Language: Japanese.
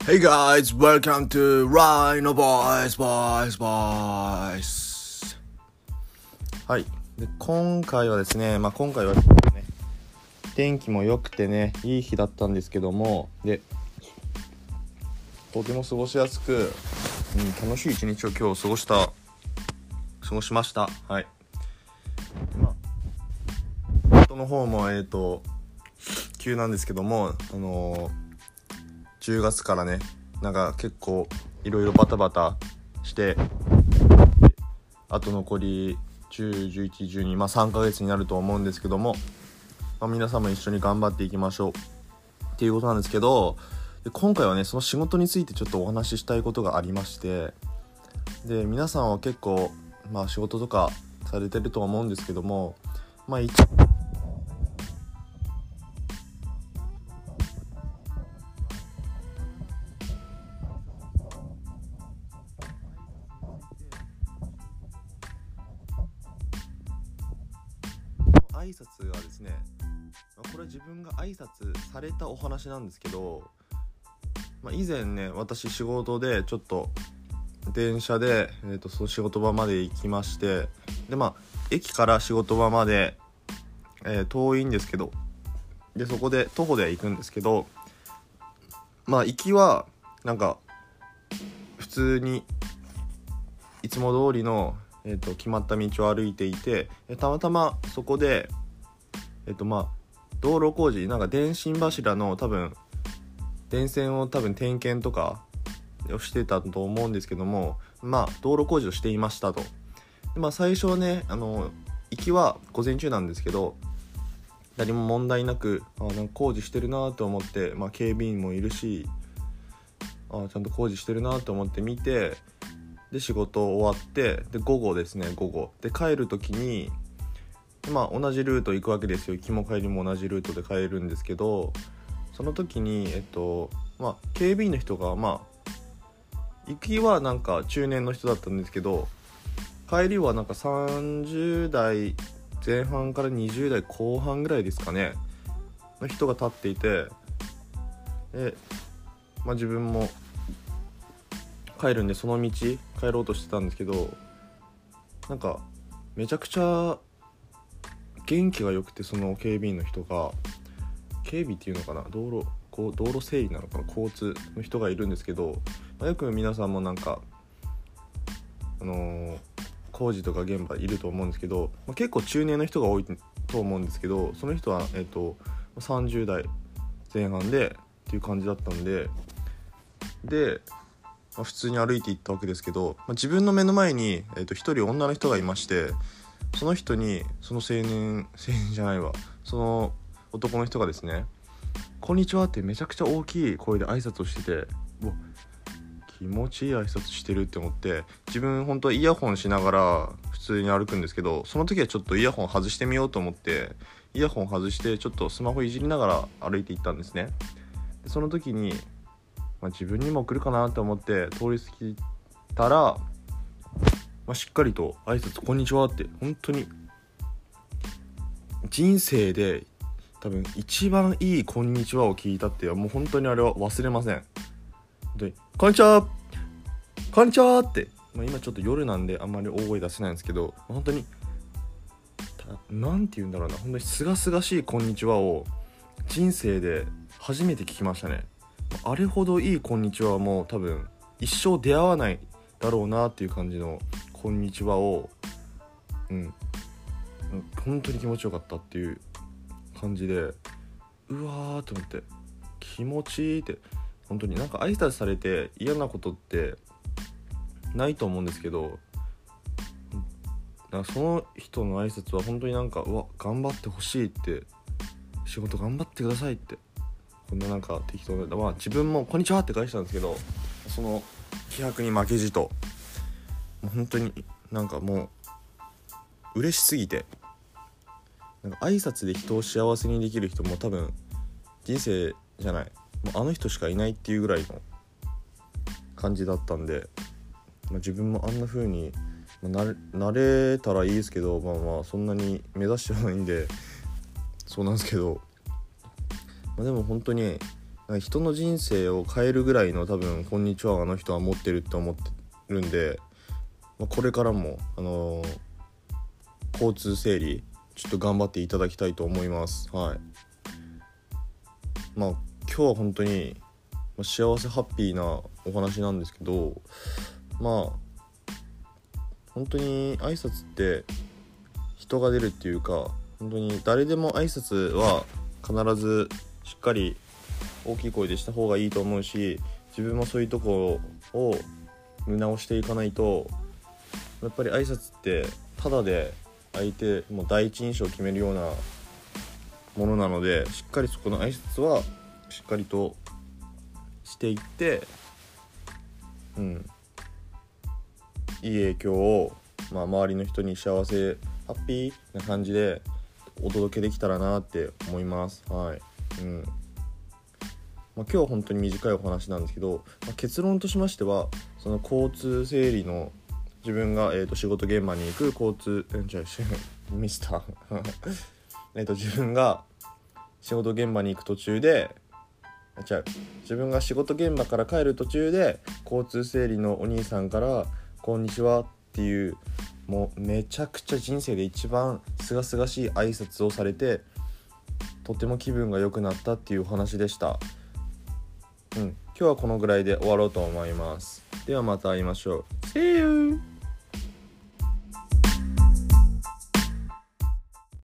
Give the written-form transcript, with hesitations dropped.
Hey guys, welcome to Rhino Boys. はい。で今回はですね、今回はね、天気も良くてね、いい日だったんですけども、で、とても過ごしやすく、楽しい一日を今日過ごしました。はい。人の方も急なんですけども、10月からね、なんか結構いろいろバタバタして、あと残り10、11、12、3ヶ月になると思うんですけども、皆さんも一緒に頑張っていきましょうっていうことなんですけど、で今回はね、その仕事についてちょっとお話ししたいことがありまして、で皆さんは結構仕事とかされてると思うんですけども、挨拶がですね、これは自分が挨拶されたお話なんですけど、以前ね、私仕事でちょっと電車で、その仕事場まで行きまして、で駅から仕事場まで、遠いんですけど、でそこで徒歩で行くんですけど、行きはなんか普通にいつも通りの、決まった道を歩いていて、たまたまそこで道路工事、なんか電信柱の電線を点検とかをしてたと思うんですけども、道路工事をしていましたと。で最初はね、行きは午前中なんですけど、何も問題なくなんか工事してるなと思って、警備員もいるし、ちゃんと工事してるなと思って見て、で仕事終わって、で午後で帰る時に同じルート行くわけですよ。行きも帰りも同じルートで帰るんですけど、その時に警備員の人が行きはなんか中年の人だったんですけど、帰りはなんか30代前半から20代後半ぐらいですかねの人が立っていて、で、自分も帰るんでその道帰ろうとしてたんですけど、なんかめちゃくちゃ元気が良くて、その警備員の人が、警備っていうのかな、道路整理なのかな、交通の人がいるんですけど、よく皆さんもなんか工事とか現場いると思うんですけど、結構中年の人が多いと思うんですけど、その人は30代前半でっていう感じだったんで、普通に歩いて行ったわけですけど、自分の目の前に一人女の人がいまして、その人にその青年じゃないわ、その男の人がですね、こんにちはってめちゃくちゃ大きい声で挨拶をしてて、気持ちいい挨拶してるって思って、自分本当はイヤホンしながら普通に歩くんですけど、その時はちょっとイヤホン外してみようと思ってイヤホン外してちょっとスマホいじりながら歩いていったんですね。でその時に、自分にも来るかなと思って通り過ぎたら、しっかりと挨拶こんにちはって、本当に人生で多分一番いいこんにちはを聞いたって、もう本当にあれは忘れません。でこんにちはって、今ちょっと夜なんであんまり大声出せないんですけど、本当になんて言うんだろうな、本当にすがすがしいこんにちはを人生で初めて聞きましたね。あれほどいいこんにちははもう多分一生出会わないだろうなっていう感じのこんにちはを、本当に気持ちよかったっていう感じで、うわーと思って、気持ちいいって、本当になんか挨拶されて嫌なことってないと思うんですけど、その人の挨拶は本当になんか、頑張ってほしいって、仕事頑張ってくださいって、こんななんか適当な、自分もこんにちはって返したんですけど、その気迫に負けじと、もう本当になんかもう嬉しすぎて、なんか挨拶で人を幸せにできる人も多分人生じゃない、もうあの人しかいないっていうぐらいの感じだったんで、自分もあんな風になれたらいいですけど、そんなに目指してはないんでそうなんですけど、でも本当に人の人生を変えるぐらいの多分こんにちはあの人は持ってるって思ってるんで、これからも交通整理ちょっと頑張っていただきたいと思います。はい。今日は本当に幸せハッピーなお話なんですけど、本当に挨拶って人が出るっていうか、本当に誰でも挨拶は必ずしっかり大きい声でした方がいいと思うし、自分もそういうところを見直していかないと、やっぱり挨拶ってただで相手も第一印象を決めるようなものなので、しっかりそこの挨拶はしっかりとしていって、いい影響を、周りの人に幸せハッピーな感じでお届けできたらなって思います。はい。今日は本当に短いお話なんですけど、結論としましては、その交通整理の自分が、仕事現場に行くミスター自分が仕事現場に行く途中で自分が仕事現場から帰る途中で交通整理のお兄さんからこんにちはっていう、もうめちゃくちゃ人生で一番すがすがしい挨拶をされて、とても気分が良くなったっていうお話でした。今日はこのぐらいで終わろうと思います。ではまた会いましょう。See you!